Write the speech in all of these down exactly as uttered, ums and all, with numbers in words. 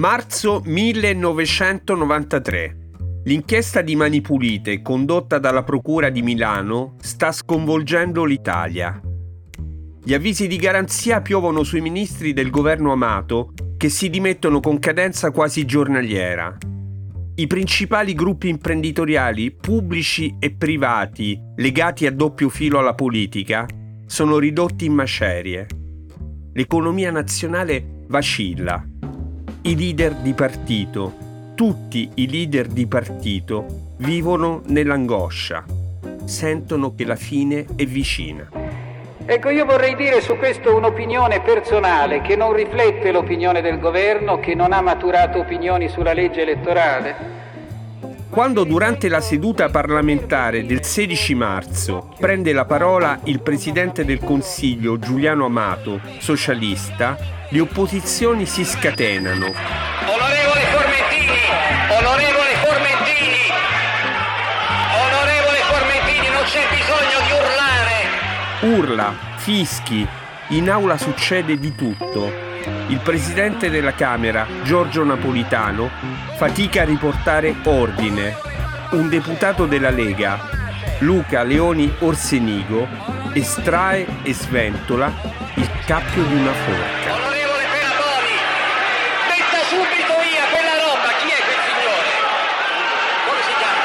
Marzo millenovecentonovantatré. L'inchiesta di Mani Pulite, condotta dalla Procura di Milano, sta sconvolgendo l'Italia. Gli avvisi di garanzia piovono sui ministri del governo Amato, che si dimettono con cadenza quasi giornaliera. I principali gruppi imprenditoriali, pubblici e privati, legati a doppio filo alla politica, sono ridotti in macerie. L'economia nazionale vacilla. I leader di partito, tutti i leader di partito, vivono nell'angoscia. Sentono che la fine è vicina. Ecco, io vorrei dire su questo un'opinione personale che non riflette l'opinione del governo, che non ha maturato opinioni sulla legge elettorale. Quando durante la seduta parlamentare del sedici marzo prende la parola il Presidente del Consiglio Giuliano Amato, socialista, le opposizioni si scatenano. Onorevole Formentini, onorevole Formentini, onorevole Formentini, non c'è bisogno di urlare. Urla, fischi, in aula succede di tutto. Il Presidente della Camera, Giorgio Napolitano, fatica a riportare ordine. Un deputato della Lega, Luca Leoni Orsenigo, estrae e sventola il cappio di una forca. Onorevole Penatoni, metta subito via quella roba. Chi è quel signore? Come si chiama?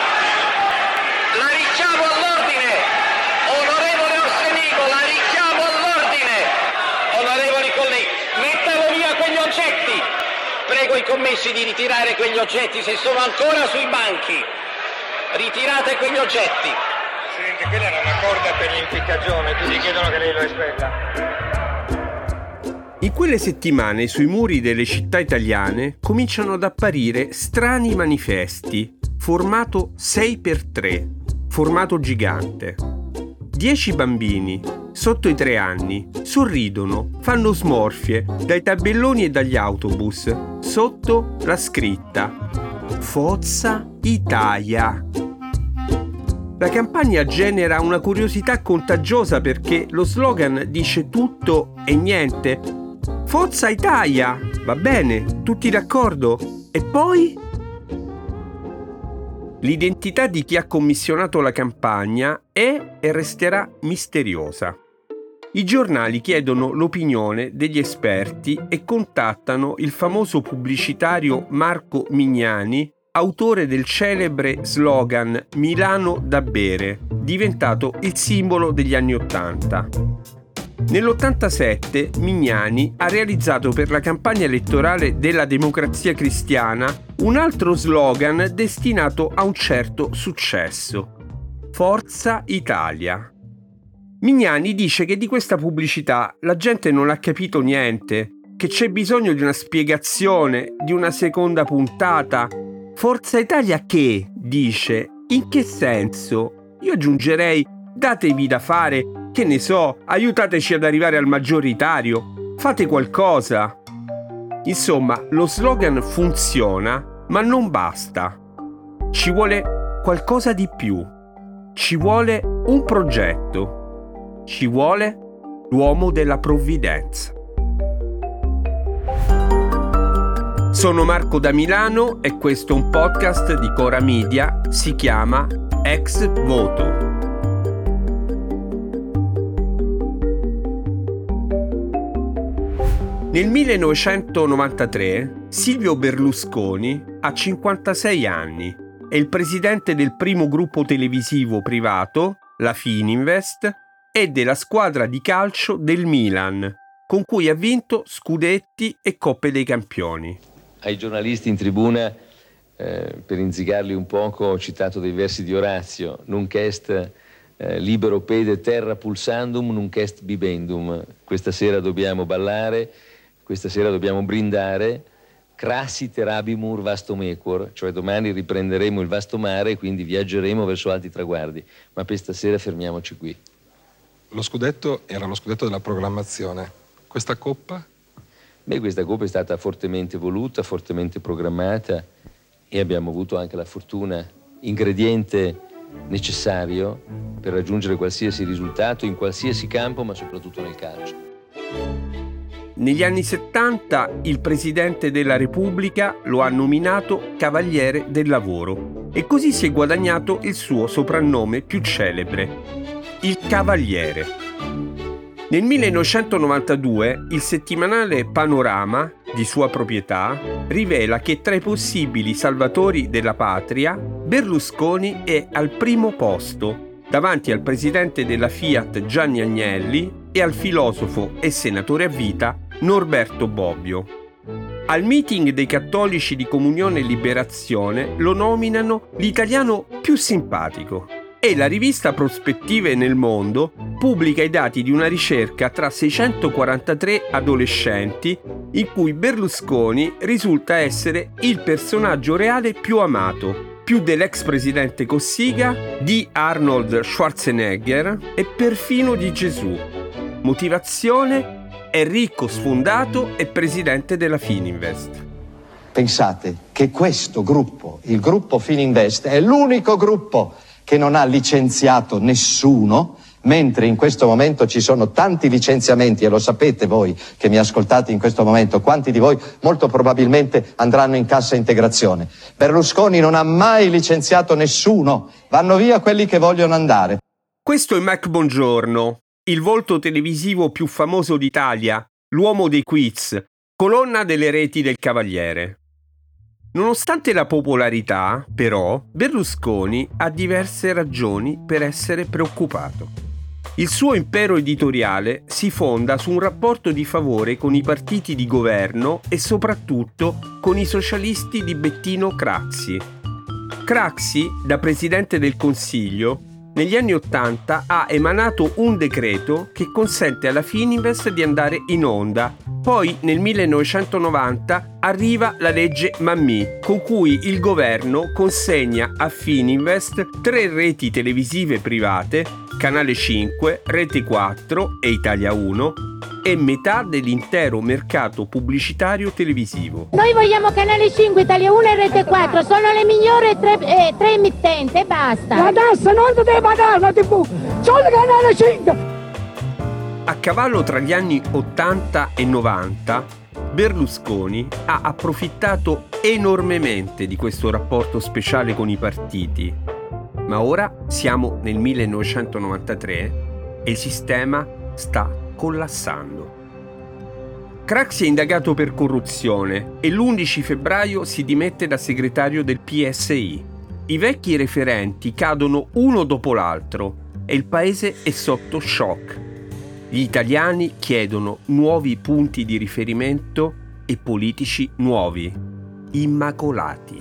La richiamo all'ordine. Onorevole Orsenigo, la richiamo all'ordine. Onorevoli colleghi, mettano via quegli oggetti. Prego i commessi di ritirare quegli oggetti se sono ancora sui banchi. Ritirate quegli oggetti. Presidente, quella era una corda per l'impiccagione, quindi chiedono che lei lo espella. In quelle settimane sui muri delle città italiane cominciano ad apparire strani manifesti, formato sei per tre, formato gigante. Dieci bambini, sotto i tre anni, sorridono, fanno smorfie dai tabelloni e dagli autobus, sotto la scritta Forza Italia. La campagna genera una curiosità contagiosa perché lo slogan dice tutto e niente. Forza Italia! Va bene, tutti d'accordo? E poi? L'identità di chi ha commissionato la campagna è e resterà misteriosa. I giornali chiedono l'opinione degli esperti e contattano il famoso pubblicitario Marco Mignani, autore del celebre slogan Milano da bere, diventato il simbolo degli anni Ottanta. Nell'ottantasette Mignani ha realizzato per la campagna elettorale della Democrazia Cristiana un altro slogan destinato a un certo successo: Forza Italia. Mignani dice che di questa pubblicità la gente non ha capito niente, che c'è bisogno di una spiegazione, di una seconda puntata. Forza Italia che? Dice. In che senso? Io aggiungerei, datevi da fare, che ne so, aiutateci ad arrivare al maggioritario, fate qualcosa. Insomma, lo slogan funziona, ma non basta. Ci vuole qualcosa di più. Ci vuole un progetto. Ci vuole l'uomo della provvidenza. Sono Marco da Milano e questo è un podcast di Cora Media, si chiama Ex Voto. Nel millenovecentonovantatré Silvio Berlusconi ha cinquantasei anni, è il presidente del primo gruppo televisivo privato, la Fininvest, e della squadra di calcio del Milan, con cui ha vinto scudetti e Coppe dei Campioni. Ai giornalisti in tribuna, eh, per inzigarli un poco, ho citato dei versi di Orazio: nunc est eh, libero pede terra pulsandum, nunc est bibendum. Questa sera dobbiamo ballare, questa sera dobbiamo brindare, crassi terabimur vastum equor, cioè domani riprenderemo il vasto mare e quindi viaggeremo verso alti traguardi, ma per stasera fermiamoci qui. Lo scudetto era lo scudetto della programmazione. Questa coppa? Beh, questa coppa è stata fortemente voluta, fortemente programmata e abbiamo avuto anche la fortuna, ingrediente necessario per raggiungere qualsiasi risultato in qualsiasi campo, ma soprattutto nel calcio. negli anni settanta il Presidente della Repubblica lo ha nominato Cavaliere del Lavoro e così si è guadagnato il suo soprannome più celebre, il Cavaliere. Nel millenovecentonovantadue il settimanale Panorama, di sua proprietà, rivela che tra i possibili salvatori della patria Berlusconi è al primo posto, davanti al presidente della Fiat Gianni Agnelli e al filosofo e senatore a vita Norberto Bobbio. Al meeting dei cattolici di Comunione e Liberazione lo nominano l'italiano più simpatico e la rivista Prospettive nel Mondo pubblica i dati di una ricerca tra seicentoquarantatré adolescenti in cui Berlusconi risulta essere il personaggio reale più amato, più dell'ex presidente Cossiga, di Arnold Schwarzenegger e perfino di Gesù. Motivazione? È ricco, sfondato e presidente della Fininvest. Pensate che questo gruppo, il gruppo Fininvest, è l'unico gruppo che non ha licenziato nessuno, mentre in questo momento ci sono tanti licenziamenti, e lo sapete voi che mi ascoltate in questo momento, quanti di voi molto probabilmente andranno in cassa integrazione. Berlusconi non ha mai licenziato nessuno, vanno via quelli che vogliono andare. Questo è Mac Bongiorno, il volto televisivo più famoso d'Italia, l'uomo dei quiz, colonna delle reti del Cavaliere. Nonostante la popolarità, però, Berlusconi ha diverse ragioni per essere preoccupato. Il suo impero editoriale si fonda su un rapporto di favore con i partiti di governo e soprattutto con i socialisti di Bettino Craxi. Craxi, da Presidente del Consiglio, negli anni Ottanta ha emanato un decreto che consente alla Fininvest di andare in onda. Poi nel millenovecentonovanta arriva la legge Mammì, con cui il governo consegna a Fininvest tre reti televisive private, Canale cinque, Rete quattro e Italia uno, e metà dell'intero mercato pubblicitario televisivo. Noi vogliamo Canale cinque, Italia uno e Rete quattro, sono le migliori tre, eh, tre emittenti e basta. La tassa non deve pagare la tivù, solo Canale cinque. A cavallo tra gli anni ottanta e novanta, Berlusconi ha approfittato enormemente di questo rapporto speciale con i partiti. Ma ora siamo nel millenovecentonovantatré e il sistema sta collassando. Craxi è indagato per corruzione e l'undici febbraio si dimette da segretario del P S I. I vecchi referenti cadono uno dopo l'altro e il paese è sotto shock. Gli italiani chiedono nuovi punti di riferimento e politici nuovi, immacolati.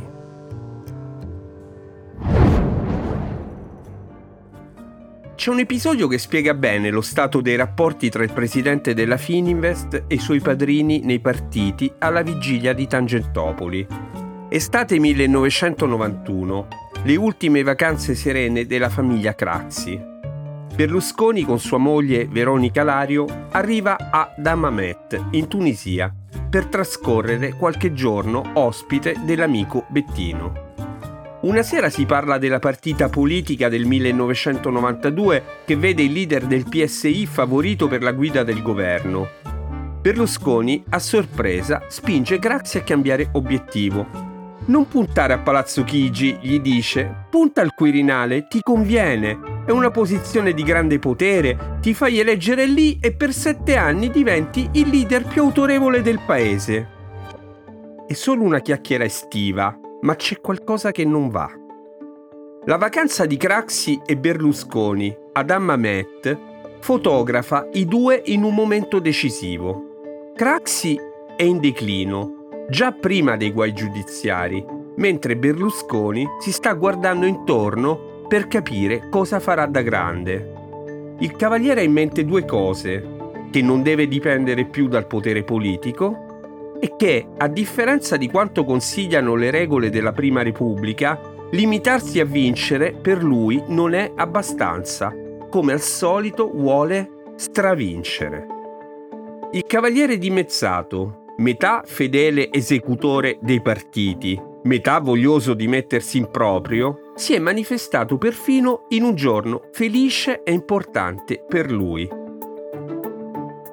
C'è un episodio che spiega bene lo stato dei rapporti tra il presidente della Fininvest e i suoi padrini nei partiti alla vigilia di Tangentopoli. Estate millenovecentonovantuno, le ultime vacanze serene della famiglia Craxi. Berlusconi con sua moglie Veronica Lario arriva a Hammamet, in Tunisia, per trascorrere qualche giorno ospite dell'amico Bettino. Una sera si parla della partita politica del millenovecentonovantadue che vede il leader del P S I favorito per la guida del governo. Berlusconi, a sorpresa, spinge Craxi a cambiare obiettivo. Non puntare a Palazzo Chigi, gli dice, punta al Quirinale, ti conviene. È una posizione di grande potere, ti fai eleggere lì e per sette anni diventi il leader più autorevole del paese. È solo una chiacchiera estiva, ma c'è qualcosa che non va. La vacanza di Craxi e Berlusconi ad Hammamet fotografa i due in un momento decisivo. Craxi è in declino, già prima dei guai giudiziari, mentre Berlusconi si sta guardando intorno per capire cosa farà da grande. Il Cavaliere ha in mente due cose: che non deve dipendere più dal potere politico e che, a differenza di quanto consigliano le regole della Prima Repubblica, limitarsi a vincere per lui non è abbastanza. Come al solito vuole stravincere. Il Cavaliere dimezzato, metà fedele esecutore dei partiti, metà voglioso di mettersi in proprio, si è manifestato perfino in un giorno felice e importante per lui.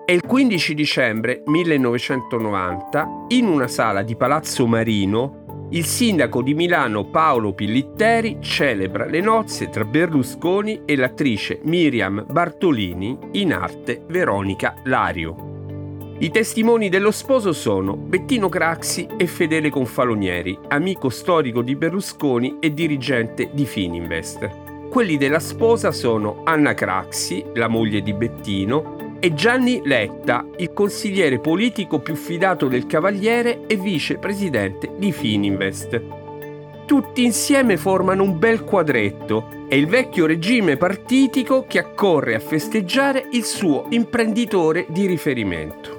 È il quindici dicembre millenovecentonovanta, in una sala di Palazzo Marino, il sindaco di Milano Paolo Pillitteri celebra le nozze tra Berlusconi e l'attrice Miriam Bartolini, in arte Veronica Lario. I testimoni dello sposo sono Bettino Craxi e Fedele Confalonieri, amico storico di Berlusconi e dirigente di Fininvest. Quelli della sposa sono Anna Craxi, la moglie di Bettino, e Gianni Letta, il consigliere politico più fidato del Cavaliere e vicepresidente di Fininvest. Tutti insieme formano un bel quadretto. È il vecchio regime partitico che accorre a festeggiare il suo imprenditore di riferimento.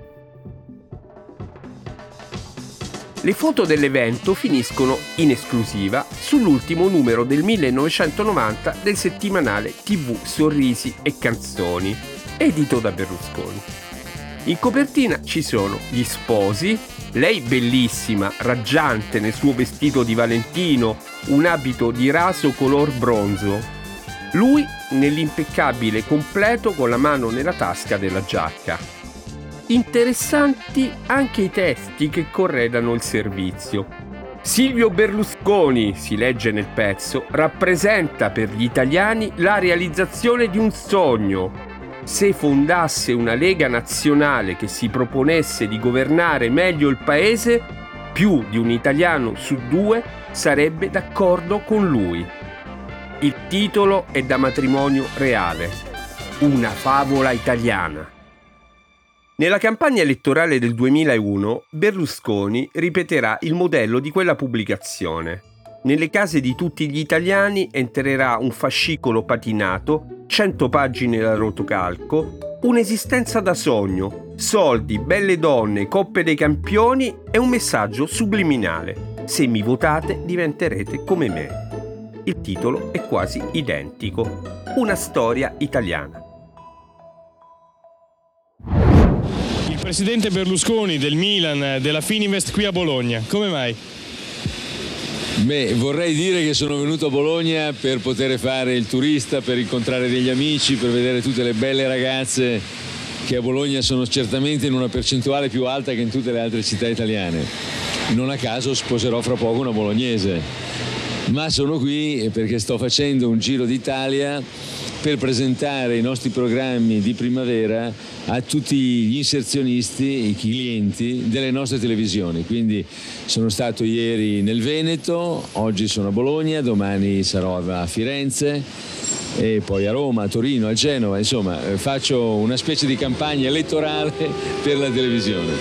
Le foto dell'evento finiscono in esclusiva sull'ultimo numero del millenovecentonovanta del settimanale tivù Sorrisi e Canzoni, edito da Berlusconi. In copertina ci sono gli sposi, lei bellissima, raggiante nel suo vestito di Valentino, un abito di raso color bronzo, lui nell'impeccabile completo con la mano nella tasca della giacca. Interessanti anche i testi che corredano il servizio. Silvio Berlusconi, si legge nel pezzo, rappresenta per gli italiani la realizzazione di un sogno. Se fondasse una Lega nazionale che si proponesse di governare meglio il paese, più di un italiano su due sarebbe d'accordo con lui. Il titolo è da matrimonio reale, una favola italiana. Nella campagna elettorale del duemilauno, Berlusconi ripeterà il modello di quella pubblicazione. Nelle case di tutti gli italiani entrerà un fascicolo patinato, cento pagine da rotocalco, un'esistenza da sogno, soldi, belle donne, coppe dei campioni e un messaggio subliminale. Se mi votate diventerete come me. Il titolo è quasi identico. Una storia italiana. Il presidente Berlusconi del Milan, della Fininvest qui a Bologna, come mai? Beh, vorrei dire che sono venuto a Bologna per poter fare il turista, per incontrare degli amici, per vedere tutte le belle ragazze che a Bologna sono certamente in una percentuale più alta che in tutte le altre città italiane. Non a caso sposerò fra poco una bolognese, ma sono qui perché sto facendo un giro d'Italia per presentare i nostri programmi di primavera a tutti gli inserzionisti, i clienti delle nostre televisioni. Quindi sono stato ieri nel Veneto, oggi sono a Bologna, domani sarò a Firenze e poi a Roma, a Torino, a Genova. Insomma, faccio una specie di campagna elettorale per la televisione.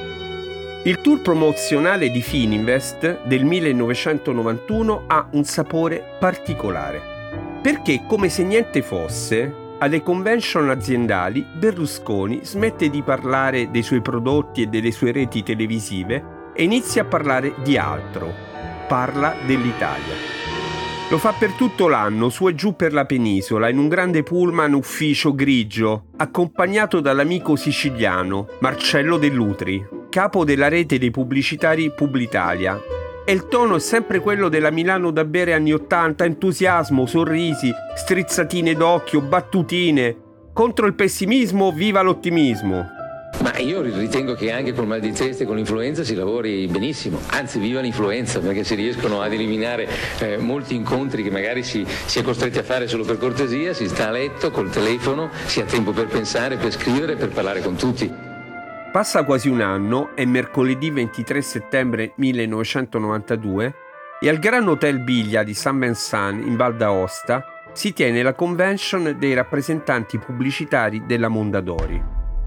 Il tour promozionale di Fininvest del millenovecentonovantuno ha un sapore particolare. Perché, come se niente fosse, alle convention aziendali Berlusconi smette di parlare dei suoi prodotti e delle sue reti televisive e inizia a parlare di altro. Parla dell'Italia. Lo fa per tutto l'anno, su e giù per la penisola, in un grande pullman ufficio grigio, accompagnato dall'amico siciliano Marcello Dell'Utri, capo della rete dei pubblicitari Publitalia. E il tono è sempre quello della Milano da bere anni ottanta, entusiasmo, sorrisi, strizzatine d'occhio, battutine. Contro il pessimismo, viva l'ottimismo. Ma io ritengo che anche col mal di testa e con l'influenza si lavori benissimo, anzi viva l'influenza, perché si riescono ad eliminare eh, molti incontri che magari si, si è costretti a fare solo per cortesia, si sta a letto col telefono, si ha tempo per pensare, per scrivere, per parlare con tutti. Passa quasi un anno, è mercoledì ventitré settembre millenovecentonovantadue e al Gran Hotel Biglia di San Vincent in Val d'Aosta si tiene la convention dei rappresentanti pubblicitari della Mondadori.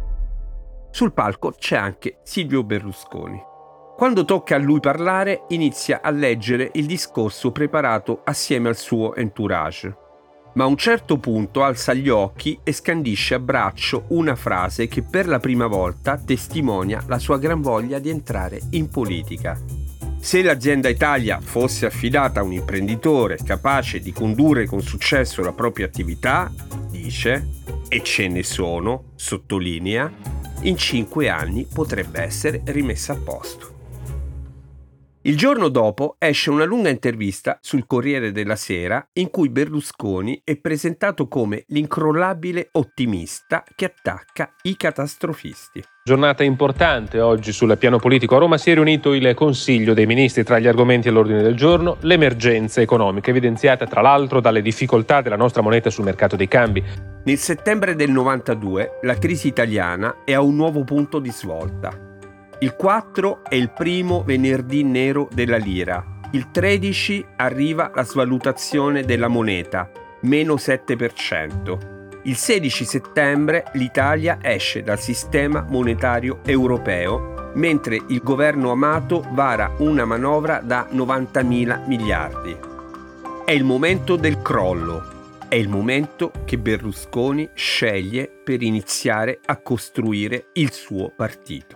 Sul palco c'è anche Silvio Berlusconi. Quando tocca a lui parlare, inizia a leggere il discorso preparato assieme al suo entourage. Ma a un certo punto alza gli occhi e scandisce a braccio una frase che per la prima volta testimonia la sua gran voglia di entrare in politica. Se l'azienda Italia fosse affidata a un imprenditore capace di condurre con successo la propria attività, dice, e ce ne sono, sottolinea, in cinque anni potrebbe essere rimessa a posto. Il giorno dopo esce una lunga intervista sul Corriere della Sera in cui Berlusconi è presentato come l'incrollabile ottimista che attacca i catastrofisti. Giornata importante oggi sul piano politico. A Roma si è riunito il Consiglio dei Ministri. Tra gli argomenti all'ordine del giorno l'emergenza economica, evidenziata tra l'altro dalle difficoltà della nostra moneta sul mercato dei cambi. Nel settembre del novantadue la crisi italiana è a un nuovo punto di svolta. Il quattro è il primo venerdì nero della lira. Il tredici arriva la svalutazione della moneta, meno sette per cento. Il sedici settembre l'Italia esce dal sistema monetario europeo, mentre il governo Amato vara una manovra da novantamila miliardi. È il momento del crollo. È il momento che Berlusconi sceglie per iniziare a costruire il suo partito.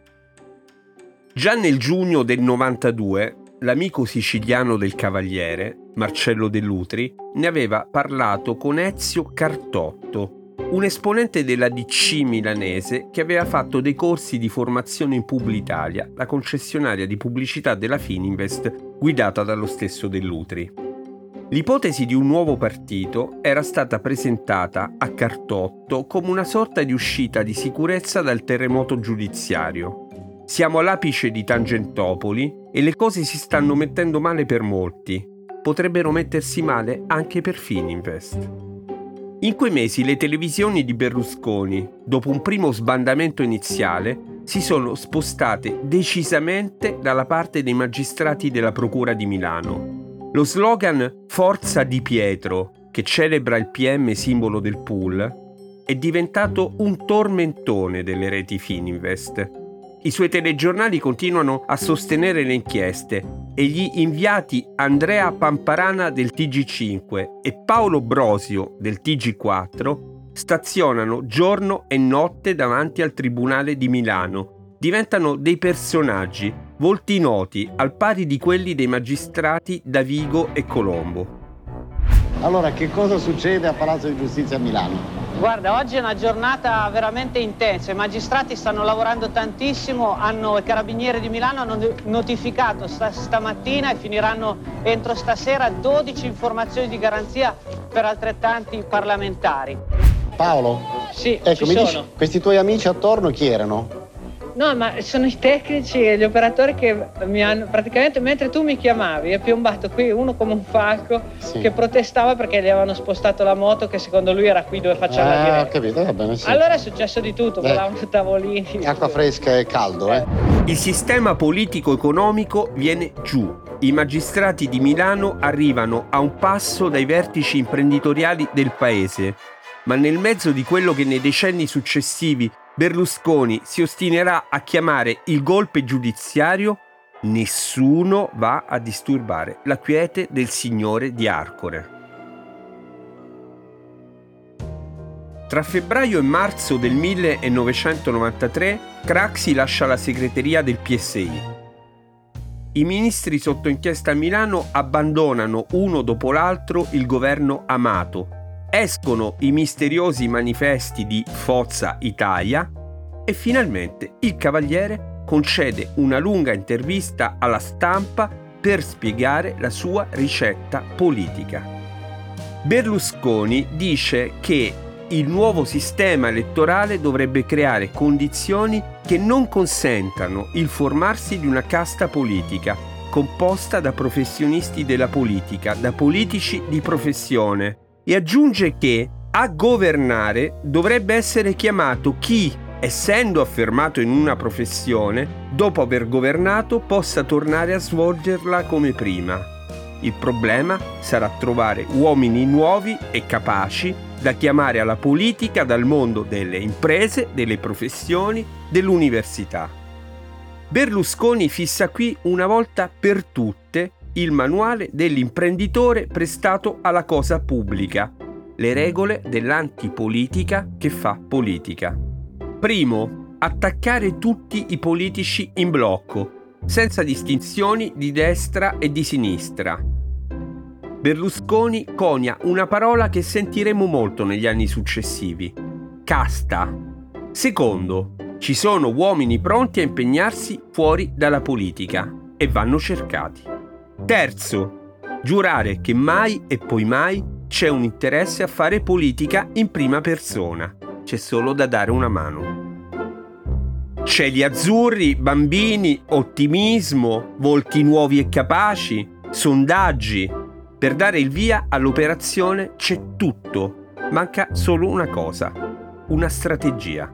Già nel giugno del novantadue, l'amico siciliano del Cavaliere, Marcello Dell'Utri, ne aveva parlato con Ezio Cartotto, un esponente della D C milanese che aveva fatto dei corsi di formazione in Publitalia, la concessionaria di pubblicità della Fininvest guidata dallo stesso Dell'Utri. L'ipotesi di un nuovo partito era stata presentata a Cartotto come una sorta di uscita di sicurezza dal terremoto giudiziario. Siamo all'apice di Tangentopoli e le cose si stanno mettendo male per molti. Potrebbero mettersi male anche per Fininvest. In quei mesi le televisioni di Berlusconi, dopo un primo sbandamento iniziale, si sono spostate decisamente dalla parte dei magistrati della Procura di Milano. Lo slogan Forza Di Pietro, che celebra il P M simbolo del pool, è diventato un tormentone delle reti Fininvest. I suoi telegiornali continuano a sostenere le inchieste e gli inviati Andrea Pamparana del T G cinque e Paolo Brosio del T G quattro stazionano giorno e notte davanti al Tribunale di Milano. Diventano dei personaggi, volti noti al pari di quelli dei magistrati Davigo e Colombo. Allora, che cosa succede a Palazzo di Giustizia a Milano? Guarda, oggi è una giornata veramente intensa, i magistrati stanno lavorando tantissimo, hanno, i carabinieri di Milano hanno notificato sta, stamattina e finiranno entro stasera dodici informazioni di garanzia per altrettanti parlamentari. Paolo? Sì, ecco, ci mi sono. dici, questi tuoi amici attorno chi erano? No, ma sono i tecnici e gli operatori che mi hanno, praticamente mentre tu mi chiamavi, è piombato qui uno come un falco sì. che protestava perché gli avevano spostato la moto che secondo lui era qui dove faceva ah, la diretta. ho capito, va bene, sì. Allora è successo di tutto, volavano tavolini. Acqua fresca e caldo, eh. Il sistema politico-economico viene giù. I magistrati di Milano arrivano a un passo dai vertici imprenditoriali del paese, ma nel mezzo di quello che nei decenni successivi Berlusconi si ostinerà a chiamare il golpe giudiziario, nessuno va a disturbare la quiete del signore di Arcore. Tra febbraio e marzo del millenovecentonovantatré, Craxi lascia la segreteria del P S I. I ministri sotto inchiesta a Milano abbandonano uno dopo l'altro il governo Amato. Escono i misteriosi manifesti di Forza Italia e finalmente il Cavaliere concede una lunga intervista alla stampa per spiegare la sua ricetta politica. Berlusconi dice che il nuovo sistema elettorale dovrebbe creare condizioni che non consentano il formarsi di una casta politica composta da professionisti della politica, da politici di professione. E aggiunge che a governare dovrebbe essere chiamato chi, essendo affermato in una professione, dopo aver governato possa tornare a svolgerla come prima. Il problema sarà trovare uomini nuovi e capaci da chiamare alla politica dal mondo delle imprese, delle professioni, dell'università. Berlusconi fissa qui una volta per tutte il manuale dell'imprenditore prestato alla cosa pubblica, le regole dell'antipolitica che fa politica. Primo, attaccare tutti i politici in blocco, senza distinzioni di destra e di sinistra. Berlusconi conia una parola che sentiremo molto negli anni successivi: casta. Secondo, ci sono uomini pronti a impegnarsi fuori dalla politica. e vanno cercati. Terzo, giurare che mai e poi mai c'è un interesse a fare politica in prima persona. C'è solo da dare una mano. Cieli azzurri, bambini, ottimismo, volti nuovi e capaci, sondaggi. Per dare il via all'operazione c'è tutto. Manca solo una cosa, una strategia.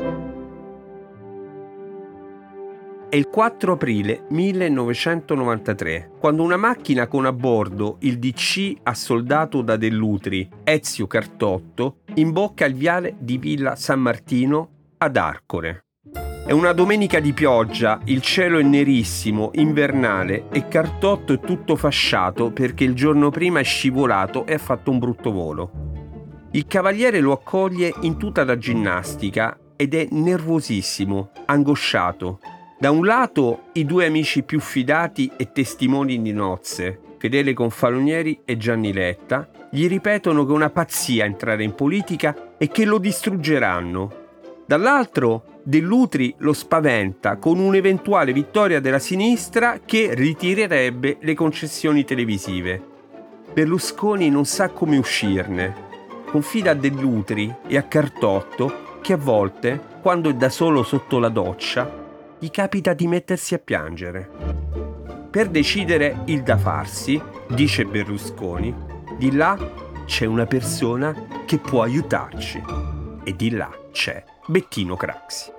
È il quattro aprile millenovecentonovantatré, quando una macchina con a bordo il D C assoldato da Dell'Utri, Ezio Cartotto, imbocca il viale di Villa San Martino ad Arcore. È una domenica di pioggia, il cielo è nerissimo, invernale e Cartotto è tutto fasciato perché il giorno prima è scivolato e ha fatto un brutto volo. Il cavaliere lo accoglie in tuta da ginnastica ed è nervosissimo, angosciato. Da un lato i due amici più fidati e testimoni di nozze, Fedele Confalonieri e Gianni Letta, gli ripetono che è una pazzia entrare in politica e che lo distruggeranno. Dall'altro Dell'Utri lo spaventa con un'eventuale vittoria della sinistra che ritirerebbe le concessioni televisive. Berlusconi non sa come uscirne. Confida a Dell'Utri e a Cartotto che a volte, quando è da solo sotto la doccia, gli capita di mettersi a piangere. Per decidere il da farsi, dice Berlusconi, di là c'è una persona che può aiutarci. E di là c'è Bettino Craxi.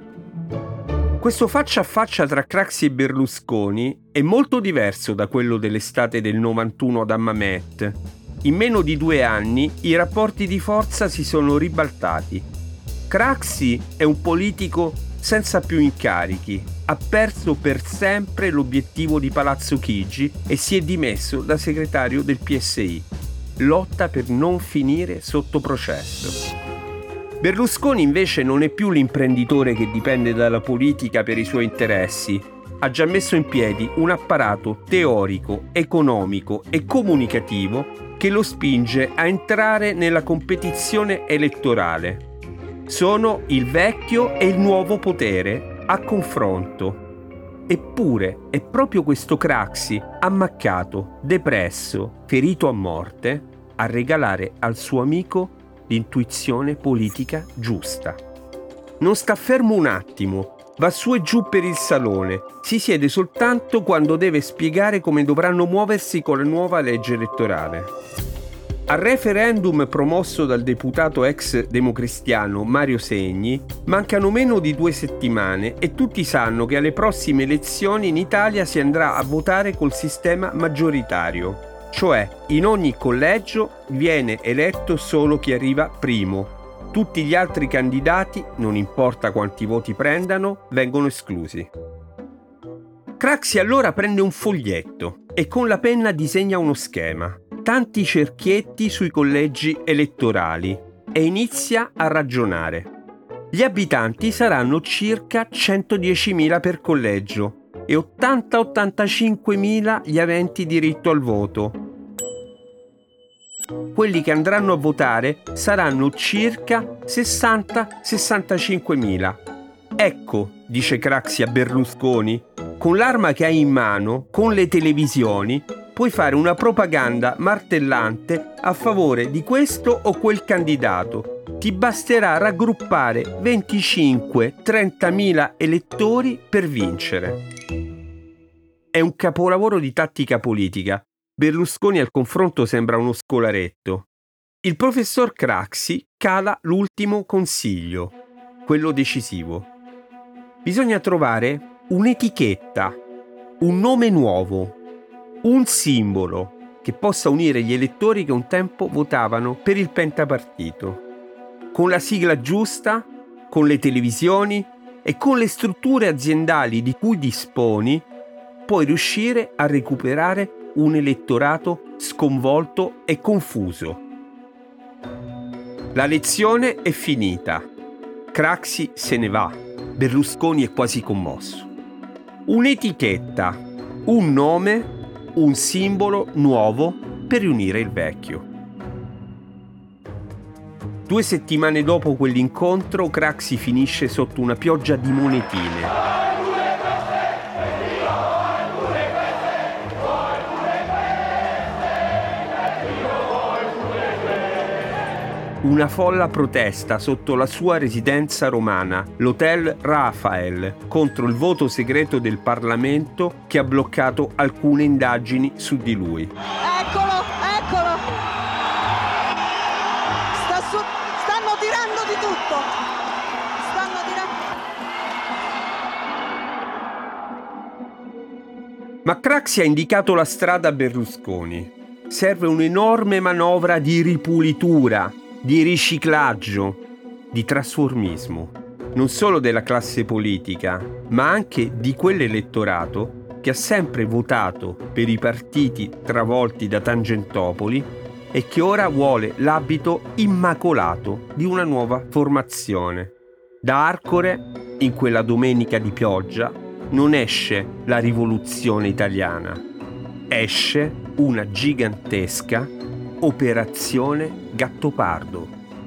Questo faccia a faccia tra Craxi e Berlusconi è molto diverso da quello dell'estate del novantuno ad Hammamet. In meno di due anni i rapporti di forza si sono ribaltati. Craxi è un politico senza più incarichi, ha perso per sempre l'obiettivo di Palazzo Chigi e si è dimesso da segretario del P S I. Lotta per non finire sotto processo. Berlusconi invece non è più l'imprenditore che dipende dalla politica per i suoi interessi. Ha già messo in piedi un apparato teorico, economico e comunicativo che lo spinge a entrare nella competizione elettorale. Sono il vecchio e il nuovo potere a confronto. Eppure è proprio questo Craxi, ammaccato, depresso, ferito a morte, a regalare al suo amico l'intuizione politica giusta. Non sta fermo un attimo, va su e giù per il salone, si siede soltanto quando deve spiegare come dovranno muoversi con la nuova legge elettorale. Al referendum promosso dal deputato ex democristiano Mario Segni mancano meno di due settimane e tutti sanno che alle prossime elezioni in Italia si andrà a votare col sistema maggioritario, cioè in ogni collegio viene eletto solo chi arriva primo. Tutti gli altri candidati, non importa quanti voti prendano, vengono esclusi. Craxi allora prende un foglietto e con la penna disegna uno schema. Tanti cerchietti sui collegi elettorali e inizia a ragionare. Gli abitanti saranno circa centodiecimila per collegio e ottanta ottantacinquemila gli aventi diritto al voto. Quelli che andranno a votare saranno circa sessanta sessantacinquemila. Ecco, dice Craxi a Berlusconi, con l'arma che hai in mano, con le televisioni, puoi fare una propaganda martellante a favore di questo o quel candidato. Ti basterà raggruppare venticinque trentamila elettori per vincere. È un capolavoro di tattica politica. Berlusconi al confronto sembra uno scolaretto. Il professor Craxi cala l'ultimo consiglio, quello decisivo. Bisogna trovare un'etichetta, un nome nuovo, un simbolo che possa unire gli elettori che un tempo votavano per il pentapartito. Con la sigla giusta, con le televisioni e con le strutture aziendali di cui disponi, puoi riuscire a recuperare un elettorato sconvolto e confuso. La lezione è finita. Craxi se ne va. Berlusconi è quasi commosso. Un'etichetta, un nome, un simbolo nuovo per riunire il vecchio. Due settimane dopo quell'incontro, Craxi finisce sotto una pioggia di monetine. una folla protesta sotto la sua residenza romana, l'Hotel Rafael, contro il voto segreto del Parlamento che ha bloccato alcune indagini su di lui. Eccolo, eccolo! Sta su... Stanno tirando di tutto! Stanno tirando... Ma Craxi ha indicato la strada a Berlusconi. Serve un'enorme manovra di ripulitura, di riciclaggio, di trasformismo, non solo della classe politica, ma anche di quell'elettorato che ha sempre votato per i partiti travolti da Tangentopoli e che ora vuole l'abito immacolato di una nuova formazione. Da Arcore, in quella domenica di pioggia, non esce la rivoluzione italiana, esce una gigantesca operazione Gattopardo.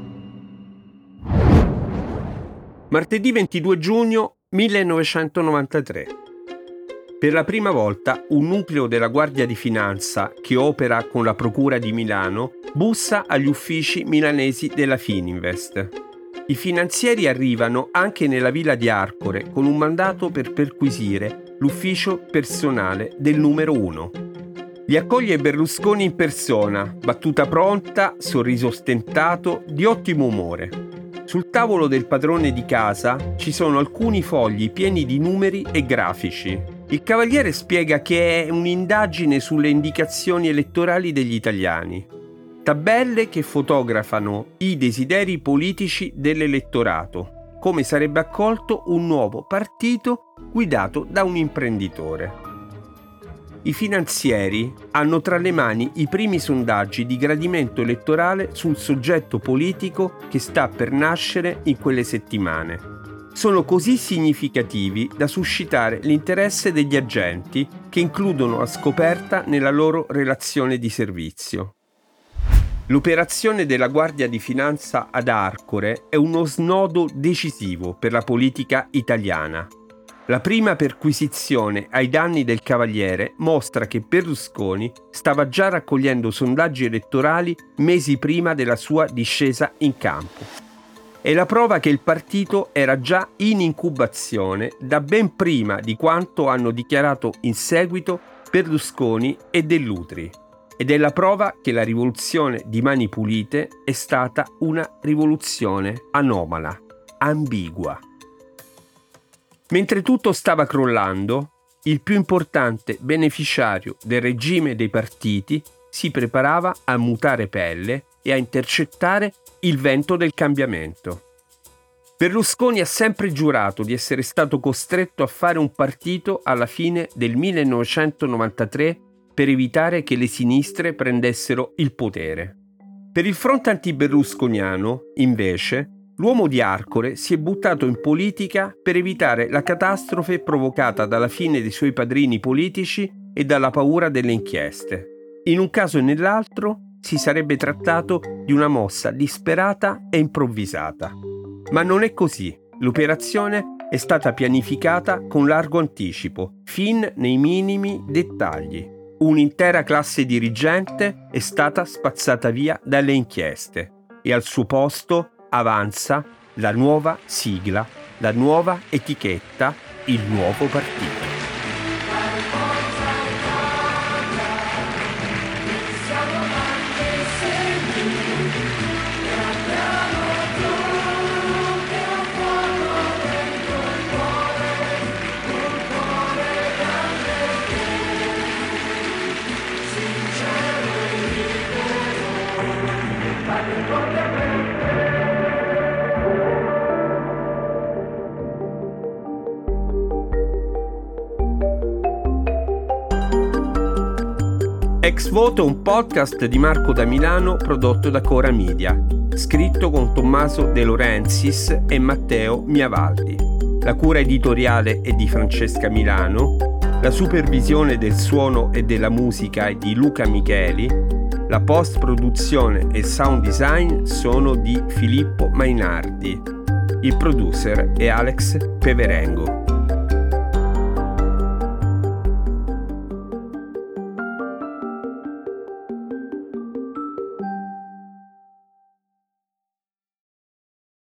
Martedì ventidue giugno millenovecentonovantatré. Per la prima volta un nucleo della Guardia di Finanza che opera con la Procura di Milano bussa agli uffici milanesi della Fininvest. I finanzieri arrivano anche nella villa di Arcore con un mandato per perquisire l'ufficio personale del numero uno. Li accoglie Berlusconi in persona, battuta pronta, sorriso ostentato, di ottimo umore. Sul tavolo del padrone di casa ci sono alcuni fogli pieni di numeri e grafici. Il cavaliere spiega che è un'indagine sulle indicazioni elettorali degli italiani. Tabelle che fotografano i desideri politici dell'elettorato, come sarebbe accolto un nuovo partito guidato da un imprenditore. I finanzieri hanno tra le mani i primi sondaggi di gradimento elettorale sul soggetto politico che sta per nascere in quelle settimane. Sono così significativi da suscitare l'interesse degli agenti che includono la scoperta nella loro relazione di servizio. L'operazione della Guardia di Finanza ad Arcore è uno snodo decisivo per la politica italiana. La prima perquisizione ai danni del Cavaliere mostra che Berlusconi stava già raccogliendo sondaggi elettorali mesi prima della sua discesa in campo. È la prova che il partito era già in incubazione da ben prima di quanto hanno dichiarato in seguito Berlusconi e Dell'Utri. Ed è la prova che la rivoluzione di Mani Pulite è stata una rivoluzione anomala, ambigua. Mentre tutto stava crollando, il più importante beneficiario del regime dei partiti si preparava a mutare pelle e a intercettare il vento del cambiamento. Berlusconi ha sempre giurato di essere stato costretto a fare un partito alla fine del millenovecentonovantatré per evitare che le sinistre prendessero il potere. Per il fronte anti-berlusconiano, invece, l'uomo di Arcore si è buttato in politica per evitare la catastrofe provocata dalla fine dei suoi padrini politici e dalla paura delle inchieste. In un caso e nell'altro si sarebbe trattato di una mossa disperata e improvvisata. Ma non è così. L'operazione è stata pianificata con largo anticipo, fin nei minimi dettagli. Un'intera classe dirigente è stata spazzata via dalle inchieste e al suo posto avanza la nuova sigla, la nuova etichetta, il nuovo partito. Ex Voto è un podcast di Marco da Milano prodotto da Cora Media, scritto con Tommaso De Laurentiis e Matteo Miavaldi. La cura editoriale è di Francesca Milano, la supervisione del suono e della musica è di Luca Micheli, la post-produzione e il sound design sono di Filippo Mainardi. Il producer è Alex Peverengo.